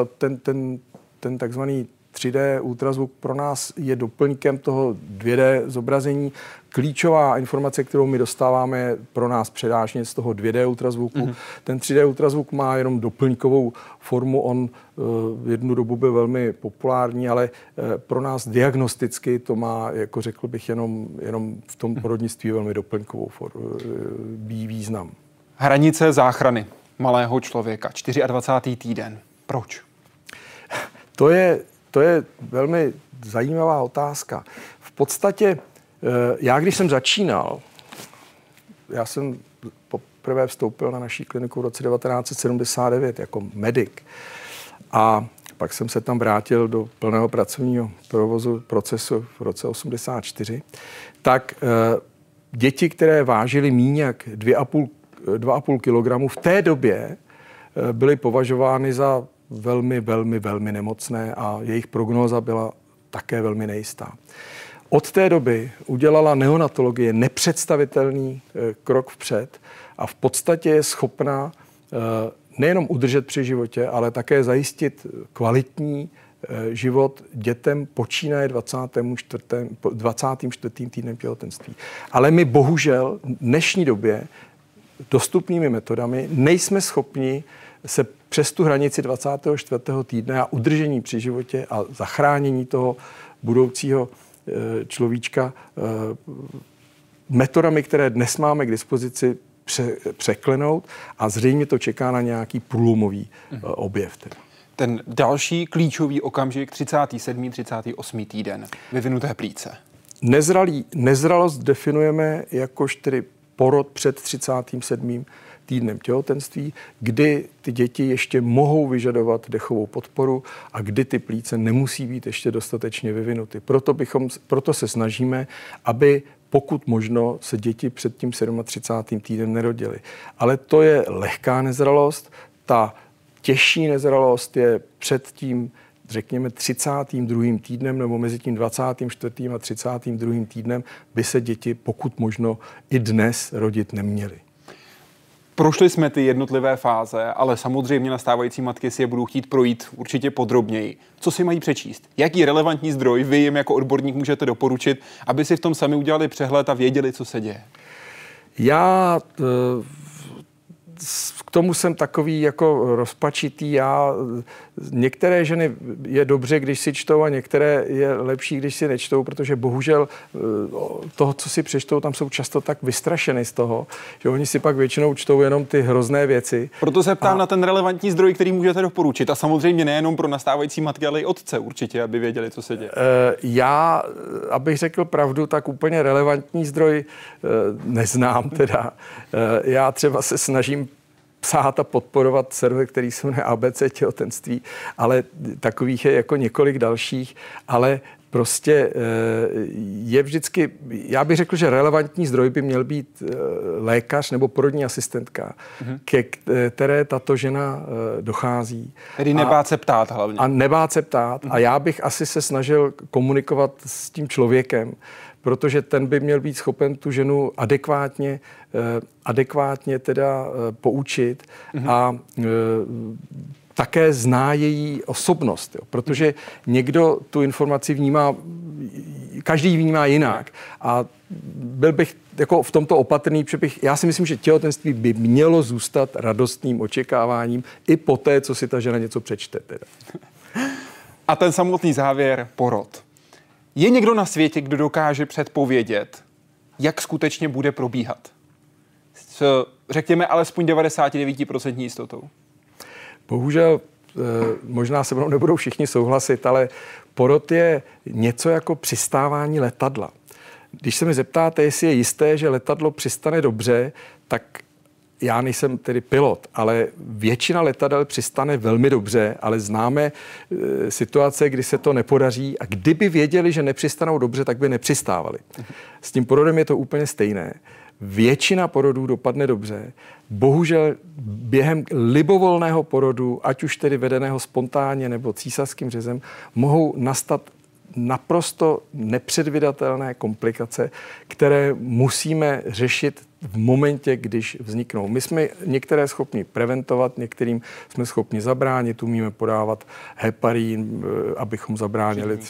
ten takzvaný 3D ultrazvuk pro nás je doplňkem toho 2D zobrazení. Klíčová informace, kterou my dostáváme, je pro nás předážně z toho 2D ultrazvuku. Ten 3D ultrazvuk má jenom doplňkovou formu. On jednu dobu byl velmi populární, ale pro nás diagnosticky to má, jako řekl bych, jenom v tom porodnictví velmi doplňkovou význam. Hranice záchrany malého člověka, 24. týden. Proč? To je velmi zajímavá otázka. V podstatě, já když jsem začínal, já jsem poprvé vstoupil na naší kliniku v roce 1979 jako medic a pak jsem se tam vrátil do plného pracovního procesu v roce 1984, tak děti, které vážily míň jak 2,5 kilogramu, v té době byly považovány za velmi, velmi, velmi nemocné a jejich prognóza byla také velmi nejistá. Od té doby udělala neonatologie nepředstavitelný krok vpřed a v podstatě je schopna nejenom udržet při životě, ale také zajistit kvalitní život dětem počínaje 24. týdnem těhotenství. Ale my bohužel v dnešní době dostupnými metodami nejsme schopni se přes tu hranici 24. týdne a udržení při životě a zachránění toho budoucího človíčka metodami, které dnes máme k dispozici, překlenout a zřejmě to čeká na nějaký průlomový objev. Ten další klíčový okamžik, 37. 38. týden, vyvinuté plíce. Nezralost definujeme jakož tedy porod před 37. týdnem těhotenství, kdy ty děti ještě mohou vyžadovat dechovou podporu a kdy ty plíce nemusí být ještě dostatečně vyvinuty. Proto se snažíme, aby pokud možno se děti před tím 37. týdnem nerodily. Ale to je lehká nezralost. Ta těžší nezralost je před tím, řekněme, 32. týdnem nebo mezi tím 24. a 32. týdnem by se děti pokud možno i dnes rodit neměly. Prošli jsme ty jednotlivé fáze, ale samozřejmě nastávající matky si je budou chtít projít určitě podrobněji. Co si mají přečíst? Jaký relevantní zdroj vy jim jako odborník můžete doporučit, aby si v tom sami udělali přehled a věděli, co se děje? Já k tomu jsem takový jako rozpačitý. Některé ženy je dobře, když si čtou a některé je lepší, když si nečtou, protože bohužel toho, co si přečtou, tam jsou často tak vystrašeny z toho, že oni si pak většinou čtou jenom ty hrozné věci. Proto se ptám na ten relevantní zdroj, který můžete doporučit. A samozřejmě nejenom pro nastávající matky, ale i otce určitě, aby věděli, co se děje. Já, abych řekl pravdu, tak úplně relevantní zdroj neznám teda. Já třeba se snažím psát a podporovat server, který se jmenuje ABC těhotenství, ale takových je jako několik dalších, ale prostě je vždycky, já bych řekl, že relevantní zdroj by měl být lékař nebo porodní asistentka, ke které tato žena dochází. Tedy nebát se ptát hlavně. A nebát se ptát. A já bych asi se snažil komunikovat s tím člověkem, protože ten by měl být schopen tu ženu adekvátně teda poučit a také zná její osobnost, jo, protože někdo tu informaci vnímá, každý vnímá jinak a byl bych jako v tomto opatrný, protože já si myslím, že těhotenství by mělo zůstat radostným očekáváním i po té, co si ta žena něco přečte. Teda. A ten samotný závěr, porod. Je někdo na světě, kdo dokáže předpovědět, jak skutečně bude probíhat? S, řekněme, alespoň 99% jistotou. Bohužel, možná se mnou nebudou všichni souhlasit, ale porod je něco jako přistávání letadla. Když se mi zeptáte, jestli je jisté, že letadlo přistane dobře, tak já nejsem tedy pilot, ale většina letadel přistane velmi dobře, ale známe situace, kdy se to nepodaří a kdyby věděli, že nepřistanou dobře, tak by nepřistávali. S tím porodem je to úplně stejné. Většina porodů dopadne dobře. Bohužel během libovolného porodu, ať už tedy vedeného spontánně nebo císařským řezem, mohou nastat naprosto nepředvídatelné komplikace, které musíme řešit v momentě, když vzniknou. My jsme některé schopni preventovat, některým jsme schopni zabránit, umíme podávat heparin, abychom zabránili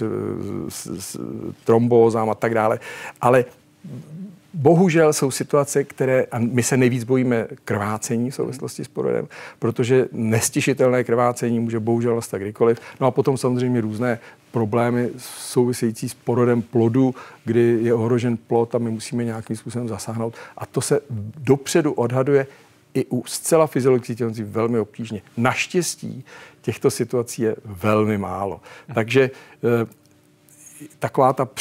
trombózám a tak dále, ale bohužel jsou situace, které, a my se nejvíc bojíme krvácení v souvislosti s porodem, protože nestišitelné krvácení může bohužel nastat kdykoliv. No a potom samozřejmě různé problémy související s porodem plodu, kdy je ohrožen plod a my musíme nějakým způsobem zasáhnout. A to se dopředu odhaduje i u zcela fyziologických těhotenství velmi obtížně. Naštěstí těchto situací je velmi málo. Takže taková ta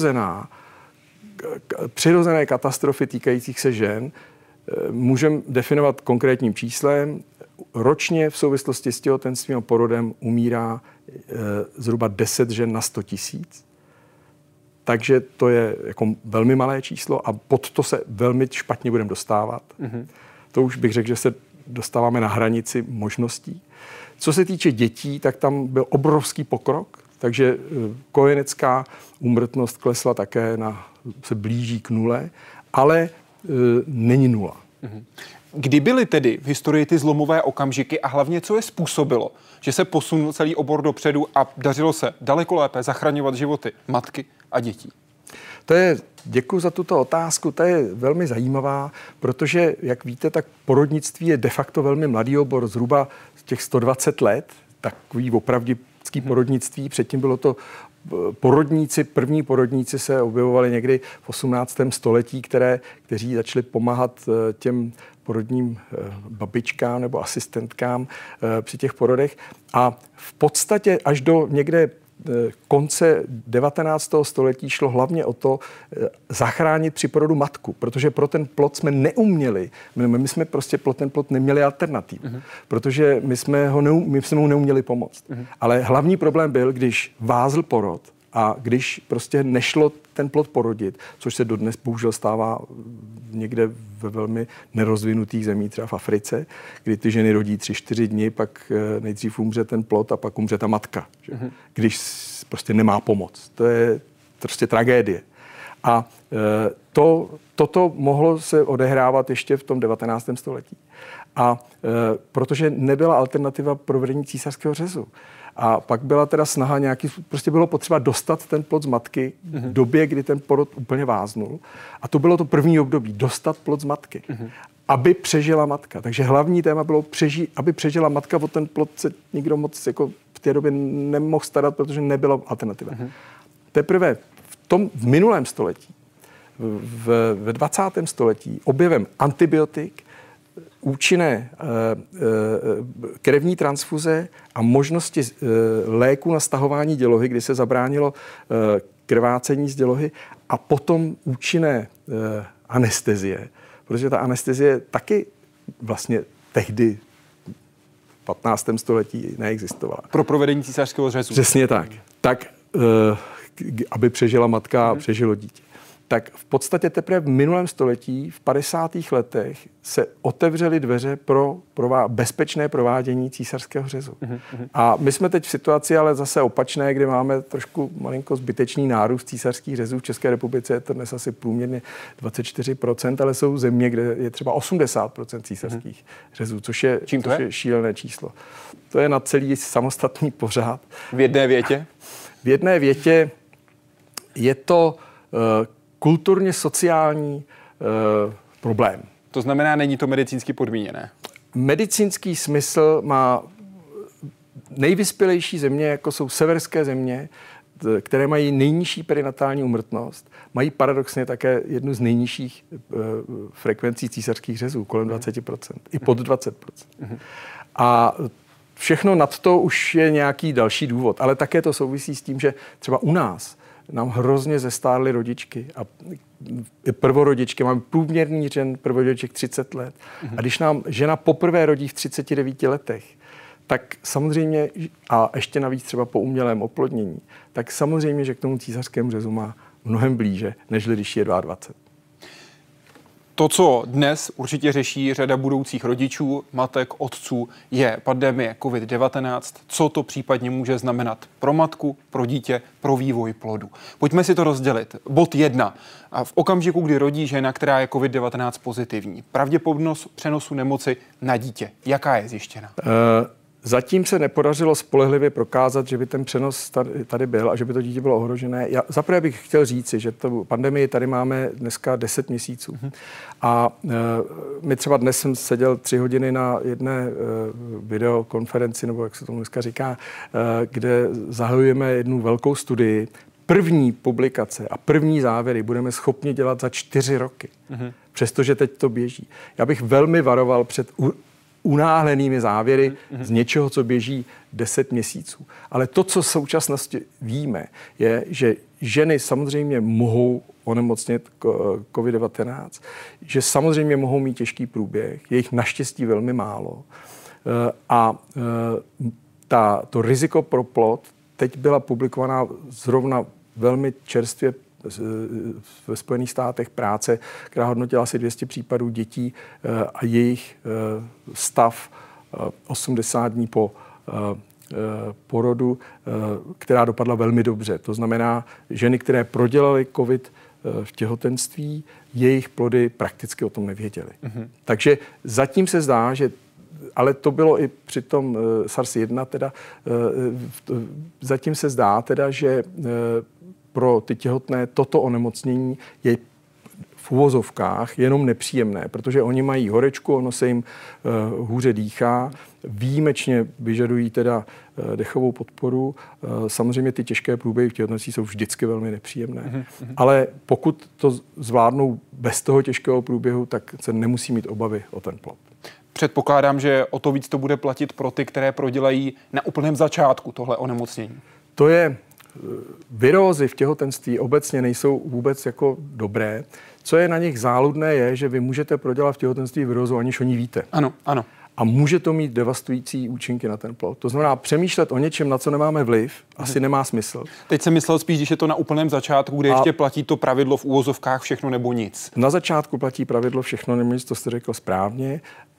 přirozené katastrofy týkajících se žen můžeme definovat konkrétním číslem. Ročně v souvislosti s těhotenstvím a porodem umírá zhruba 10 žen na 100 000. Takže to je jako velmi malé číslo a pod to se velmi špatně budeme dostávat. To už bych řekl, že se dostáváme na hranici možností. Co se týče dětí, tak tam byl obrovský pokrok, takže kojenecká úmrtnost klesla také se blíží k nule, ale není nula. Kdy byly tedy v historii ty zlomové okamžiky a hlavně co je způsobilo, že se posunul celý obor dopředu a dařilo se daleko lépe zachraňovat životy matky a dětí? Děkuji za tuto otázku, ta je velmi zajímavá, protože, jak víte, tak porodnictví je de facto velmi mladý obor, zhruba těch 120 let, takový opravdický porodnictví, předtím bylo to první porodníci se objevovali někdy v 18. století, kteří začali pomáhat těm porodním babičkám nebo asistentkám při těch porodech. A v podstatě až do někde konce 19. století šlo hlavně o to zachránit při porodu matku, protože pro ten plod jsme neuměli. My jsme prostě pro ten plod neměli alternativu, protože my jsme mu neuměli pomoct. Ale hlavní problém byl, když vázl porod a když prostě nešlo ten plod porodit, což se dodnes bohužel stává někde ve velmi nerozvinutých zemích, třeba v Africe, kdy ty ženy rodí 3-4 dny, pak nejdřív umře ten plod a pak umře ta matka, když prostě nemá pomoc. To je prostě tragédie. A toto mohlo se odehrávat ještě v tom 19. století. A protože nebyla alternativa pro vedení císařského řezu. A pak byla teda snaha prostě bylo potřeba dostat ten plod z matky v době, kdy ten porod úplně váznul. A to bylo to první období, dostat plod z matky, aby přežila matka. Takže hlavní téma bylo, aby přežila matka, o ten plod se nikdo moc jako v té době nemohl starat, protože nebyla alternativa. Teprve v minulém století, ve 20. století objevem antibiotik, účinné krevní transfuze a možnosti léku na stahování dělohy, kdy se zabránilo krvácení z dělohy, a potom účinné anestezie, protože ta anestezie taky vlastně tehdy v 15. století neexistovala. Pro provedení císařského řezu. Přesně tak. Tak, aby přežila matka a přežilo dítě. Tak v podstatě teprve v minulém století, v 50. letech, se otevřely dveře pro bezpečné provádění císařského řezu. A my jsme teď v situaci ale zase opačné, kde máme trošku malinko zbytečný nárůst císařských řezů. V České republice je to dnes asi průměrně 24%, ale jsou země, kde je třeba 80% císařských řezů, což je šílené číslo. To je na celý samostatný pořád. V jedné větě? V jedné větě je to kulturně sociální problém. To znamená, není to medicínsky podmíněné? Medicínský smysl má nejvyspělejší země, jako jsou severské země, které mají nejnižší perinatální úmrtnost, mají paradoxně také jednu z nejnižších frekvencí císařských řezů, kolem 20%, i pod 20%. A všechno nad to už je nějaký další důvod, ale také to souvisí s tím, že třeba u nás nám hrozně zestárly rodičky a prvorodičky. Máme průměrný prvorodiček 30 let. A když nám žena poprvé rodí v 39 letech, tak samozřejmě, a ještě navíc třeba po umělém oplodnění, tak samozřejmě, že k tomu císařskému řezu má mnohem blíže, než když je 22. To, co dnes určitě řeší řada budoucích rodičů, matek, otců, je pandemie COVID-19. Co to případně může znamenat pro matku, pro dítě, pro vývoj plodu? Pojďme si to rozdělit. Bod 1. A v okamžiku, kdy rodí žena, která je COVID-19 pozitivní, pravděpodobnost přenosu nemoci na dítě, jaká je zjištěna? Zatím se nepodařilo spolehlivě prokázat, že by ten přenos tady byl a že by to dítě bylo ohrožené. Zaprvé bych chtěl říci, že tu pandemii tady máme dneska 10 měsíců. A my třeba dnes jsem seděl 3 hodiny na jedné videokonferenci, nebo jak se tomu dneska říká, kde zahajujeme jednu velkou studii. První publikace a první závěry budeme schopni dělat za 4 roky. Přestože teď to běží. Já bych velmi varoval před unáhlenými závěry z něčeho, co běží 10 měsíců. Ale to, co v současnosti víme, je, že ženy samozřejmě mohou onemocnit COVID-19, že samozřejmě mohou mít těžký průběh, je jich naštěstí velmi málo. A to riziko pro plod teď byla publikovaná zrovna velmi čerstvě ve Spojených státech práce, která hodnotila asi 200 případů dětí a jejich stav 80 dní po porodu, která dopadla velmi dobře. To znamená, ženy, které prodělaly COVID v těhotenství, jejich plody prakticky o tom nevěděly. Takže zatím se zdá, že ale to bylo i při tom SARS-1 teda, zatím se zdá teda, že pro ty těhotné toto onemocnění je v uvozovkách jenom nepříjemné, protože oni mají horečku, ono se jim hůře dýchá, výjimečně vyžadují teda dechovou podporu. Samozřejmě ty těžké průběhy v těhotenství jsou vždycky velmi nepříjemné. Ale pokud to zvládnou bez toho těžkého průběhu, tak se nemusí mít obavy o ten plod. Předpokládám, že o to víc to bude platit pro ty, které prodělají na úplném začátku tohle onemocnění. To je virózy v těhotenství obecně nejsou vůbec jako dobré. Co je na nich záludné je, že vy můžete prodělat v těhotenství virózu, aniž o ní víte. Ano, ano. A může to mít devastující účinky na ten plod. To znamená, přemýšlet o něčem, na co nemáme vliv, asi nemá smysl. Teď jsem myslel spíš, když je to na úplném začátku, kde ještě platí to pravidlo v úvozovkách všechno nebo nic. Na začátku platí pravidlo všechno nebo nic, to jste řekl správně.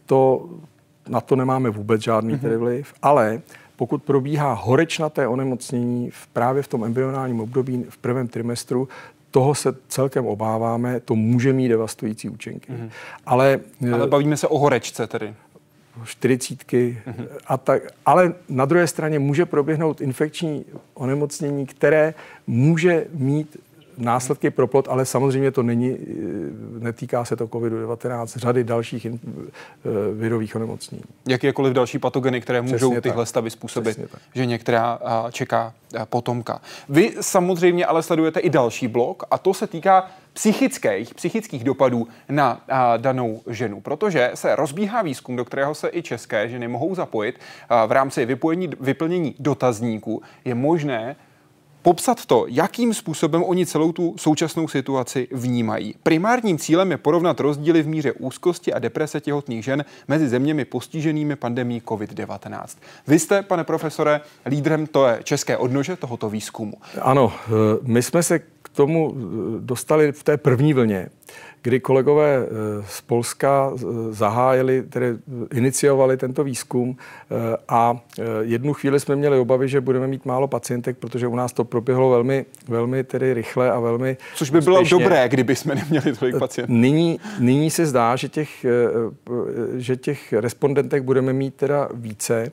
Na to nemáme vůbec žádný tedy vliv, ale pokud probíhá horečnaté onemocnění právě v tom embryonálním období v prvém trimestru, toho se celkem obáváme, to může mít devastující účinky. Ale bavíme se o horečce tedy. 40 a tak. Ale na druhé straně může proběhnout infekční onemocnění, které může mít následky pro plod, ale samozřejmě to netýká se to COVID-19, řady dalších virových onemocnění. Jakékoliv další patogeny, které můžou tyhle stavy způsobit, že některá čeká potomka. Vy samozřejmě ale sledujete i další blok a to se týká psychických dopadů na danou ženu, protože se rozbíhá výzkum, do kterého se i české ženy mohou zapojit. V rámci vyplnění dotazníků je možné popsat to, jakým způsobem oni celou tu současnou situaci vnímají. Primárním cílem je porovnat rozdíly v míře úzkosti a deprese těhotných žen mezi zeměmi postiženými pandemií COVID-19. Vy jste, pane profesore, lídrem české odnože tohoto výzkumu. Ano, my jsme se k tomu dostali v té první vlně, kdy kolegové z Polska iniciovali tento výzkum a jednu chvíli jsme měli obavy, že budeme mít málo pacientek, protože u nás to proběhlo velmi, velmi tedy rychle a velmi Což by bylo dobré, kdyby jsme neměli tolik pacientů. Nyní se zdá, že těch respondentek budeme mít teda více.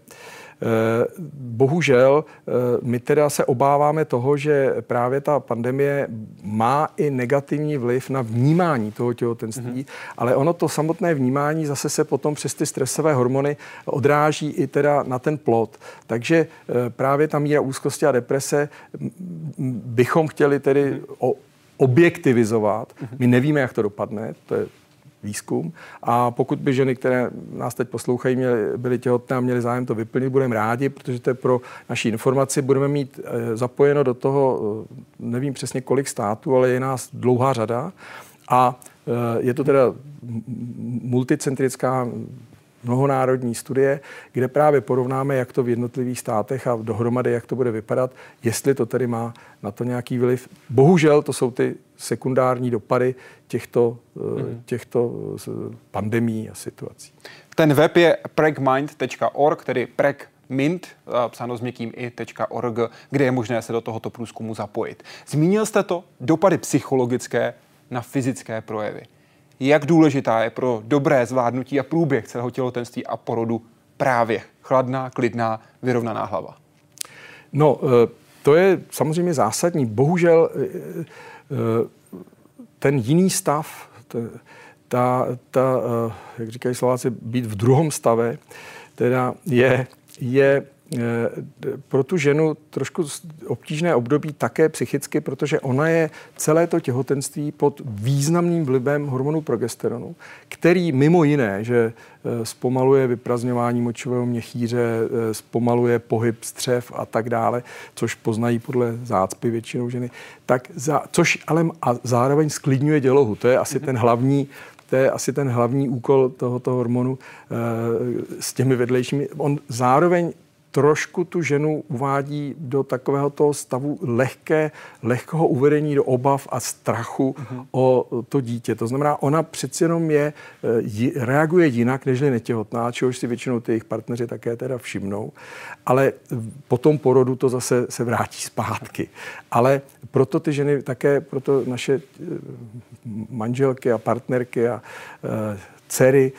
Bohužel my teda se obáváme toho, že právě ta pandemie má i negativní vliv na vnímání toho těhotenství, ale ono to samotné vnímání zase se potom přes ty stresové hormony odráží i teda na ten plod. Takže právě ta míra úzkosti a deprese bychom chtěli tedy objektivizovat. My nevíme, jak to dopadne, to je výzkum. A pokud by ženy, které nás teď poslouchají, byly těhotné a měly zájem to vyplnit, budeme rádi, protože to je pro naši informaci. Budeme mít zapojeno do toho, nevím přesně kolik států, ale je nás dlouhá řada. A je to teda multicentrická mnohonárodní studie, kde právě porovnáme, jak to v jednotlivých státech a dohromady, jak to bude vypadat, jestli to tedy má na to nějaký vliv. Bohužel to jsou ty sekundární dopady těchto pandemií a situací. Ten web je pregmind.org, tedy pregmind, psáno s měkkým i.org, kde je možné se do tohoto průzkumu zapojit. Zmínil jste to, dopady psychologické na fyzické projevy. Jak důležitá je pro dobré zvládnutí a průběh celého těhotenství a porodu právě chladná, klidná, vyrovnaná hlava? No, to je samozřejmě zásadní. Bohužel ten jiný stav, jak říkají Slováci, být v druhém stave, teda je pro tu ženu trošku obtížné období také psychicky, protože ona je celé to těhotenství pod významným vlivem hormonu progesteronu, který mimo jiné, že zpomaluje vyprazňování močového měchýře, zpomaluje pohyb střev a tak dále, což poznají podle zácpy většinou ženy, což ale a zároveň sklidňuje dělohu. To je asi ten hlavní úkol tohoto hormonu s těmi vedlejšími. On zároveň trošku tu ženu uvádí do takového toho stavu lehkého uvedení do obav a strachu o to dítě. To znamená, ona přeci jenom reaguje jinak, než netěhotná, čehož si většinou ty jejich partneři také teda všimnou, ale po tom porodu to zase se vrátí zpátky. Ale proto ty ženy také, proto naše manželky a partnerky a dcery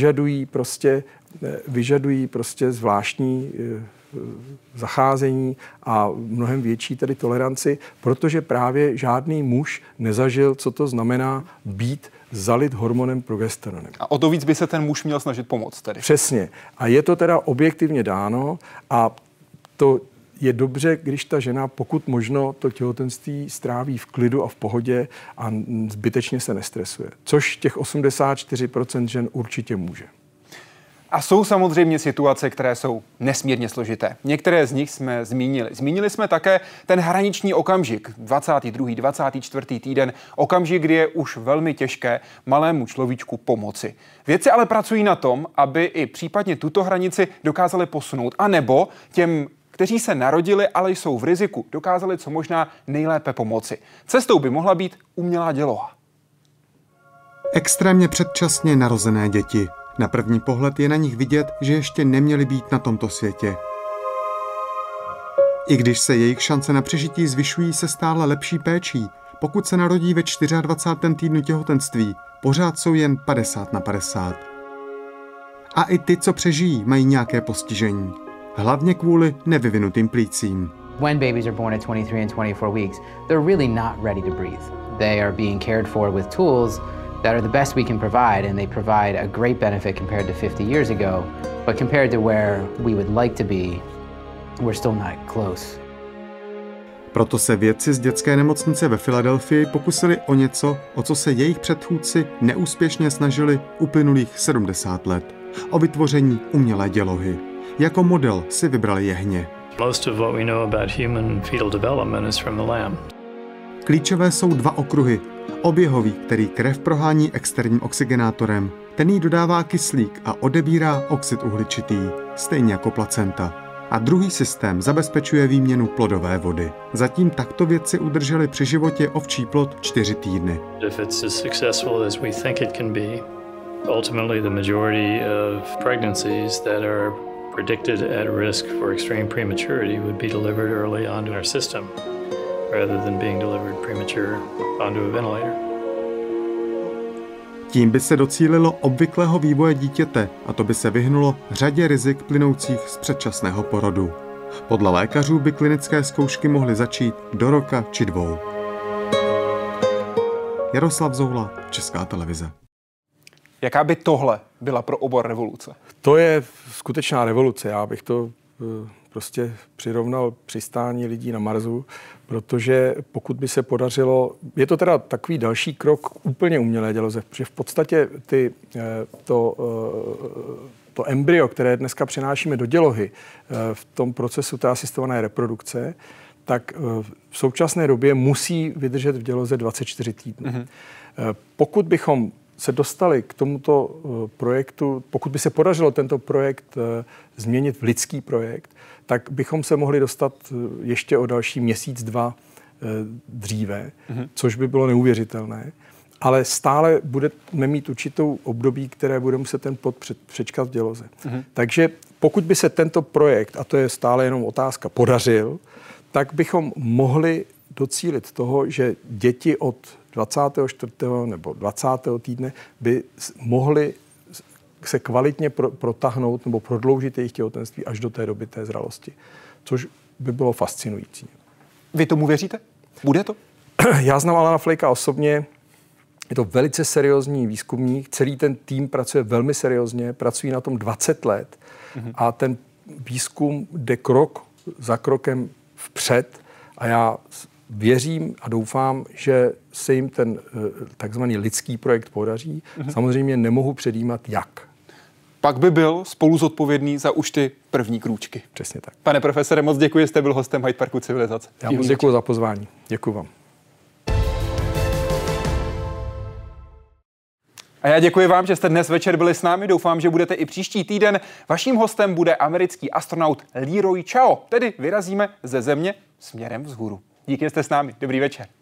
vyžadují prostě zvláštní zacházení a mnohem větší tedy toleranci, protože právě žádný muž nezažil, co to znamená být zalit hormonem progesteronem. A o to víc by se ten muž měl snažit pomoct tedy. Přesně. A je to teda objektivně dáno a to je dobře, když ta žena, pokud možno, to těhotenství stráví v klidu a v pohodě a zbytečně se nestresuje. Což těch 84% žen určitě může. A jsou samozřejmě situace, které jsou nesmírně složité. Některé z nich jsme zmínili. Zmínili jsme také ten hraniční okamžik, 22., 24. týden, okamžik, kdy je už velmi těžké malému človíčku pomoci. Vědci ale pracují na tom, aby i případně tuto hranici dokázali posunout, anebo těm, kteří se narodili, ale jsou v riziku, dokázali co možná nejlépe pomoci. Cestou by mohla být umělá děloha. Extrémně předčasně narozené děti. Na první pohled je na nich vidět, že ještě neměly být na tomto světě. I když se jejich šance na přežití zvyšují se stále lepší péčí, pokud se narodí ve 24. týdnu těhotenství, pořád jsou jen 50/50. A i ty, co přežijí, mají nějaké postižení. Hlavně kvůli nevyvinutým plícím. When babies are born at 23 and 24 weeks, they're really not ready to breathe. They are being cared for with tools that are the best we can provide, and they provide a great benefit compared to 50 years ago. But compared to where we would like to be, we're still not close. Proto se vědci z dětské nemocnice ve Filadelfii pokusili o něco, o co se jejich předchůdci neúspěšně snažili uplynulých 70 let. O vytvoření umělé dělohy. Jako model si vybrali jehně. Most of what we know about human fetal development is from the lamb. Klíčové jsou dva okruhy. Oběhový, který krev prohání externím oxygenátorem. Ten jí dodává kyslík a odebírá oxid uhličitý, stejně jako placenta. A druhý systém zabezpečuje výměnu plodové vody. Zatím takto vědci udrželi při životě ovčí plod 4 týdny. If it's as successful as we think it can be, ultimately the majority of pregnancies that are predicted at risk for extreme prematurity would be delivered early onto our system, rather than being delivered premature onto a ventilator. Tím by se docílilo obvyklého vývoje dítěte a to by se vyhnulo řadě rizik plynoucích z předčasného porodu. Podle lékařů by klinické zkoušky mohly začít do roka či 2. Jaroslav Zoula, Česká televize. Jaká by tohle byla pro obor revoluce? To je skutečná revoluce. Já bych to prostě přirovnal přistání lidí na Marsu, protože pokud by se podařilo, je to teda takový další krok k úplně umělé děloze, protože v podstatě to embryo, které dneska přinášíme do dělohy v tom procesu té asistované reprodukce, tak v současné době musí vydržet v děloze 24 týdnů. Mm-hmm. Pokud bychom se dostali k tomuto projektu, pokud by se podařilo tento projekt změnit v lidský projekt, tak bychom se mohli dostat ještě o další měsíc, 2 dříve, což by bylo neuvěřitelné. Ale stále budeme mít určitou období, které bude muset ten plod přečkat v děloze. Takže pokud by se tento projekt, a to je stále jenom otázka, podařil, tak bychom mohli docílit toho, že děti od 24. nebo 20. týdne by mohly se kvalitně protáhnout nebo prodloužit jejich těhotenství až do té doby té zralosti, což by bylo fascinující. Vy tomu věříte? Bude to? Já znám Alana Flakea osobně, je to velice seriózní výzkumník, celý ten tým pracuje velmi seriózně, pracují na tom 20 let a ten výzkum jde krok za krokem vpřed a já věřím a doufám, že se jim ten takzvaný lidský projekt podaří. Samozřejmě nemohu předjímat, jak. Pak by byl spolu zodpovědný za už ty první krůčky. Přesně tak. Pane profesore, moc děkuji, že jste byl hostem Hyde Parku civilizace. Já moc děkuji za pozvání. Děkuji vám. A já děkuji vám, že jste dnes večer byli s námi. Doufám, že budete i příští týden. Vaším hostem bude americký astronaut Leroy Chiao. Tedy vyrazíme ze Země směrem vzhůru. Díky, že jste s námi. Dobrý večer.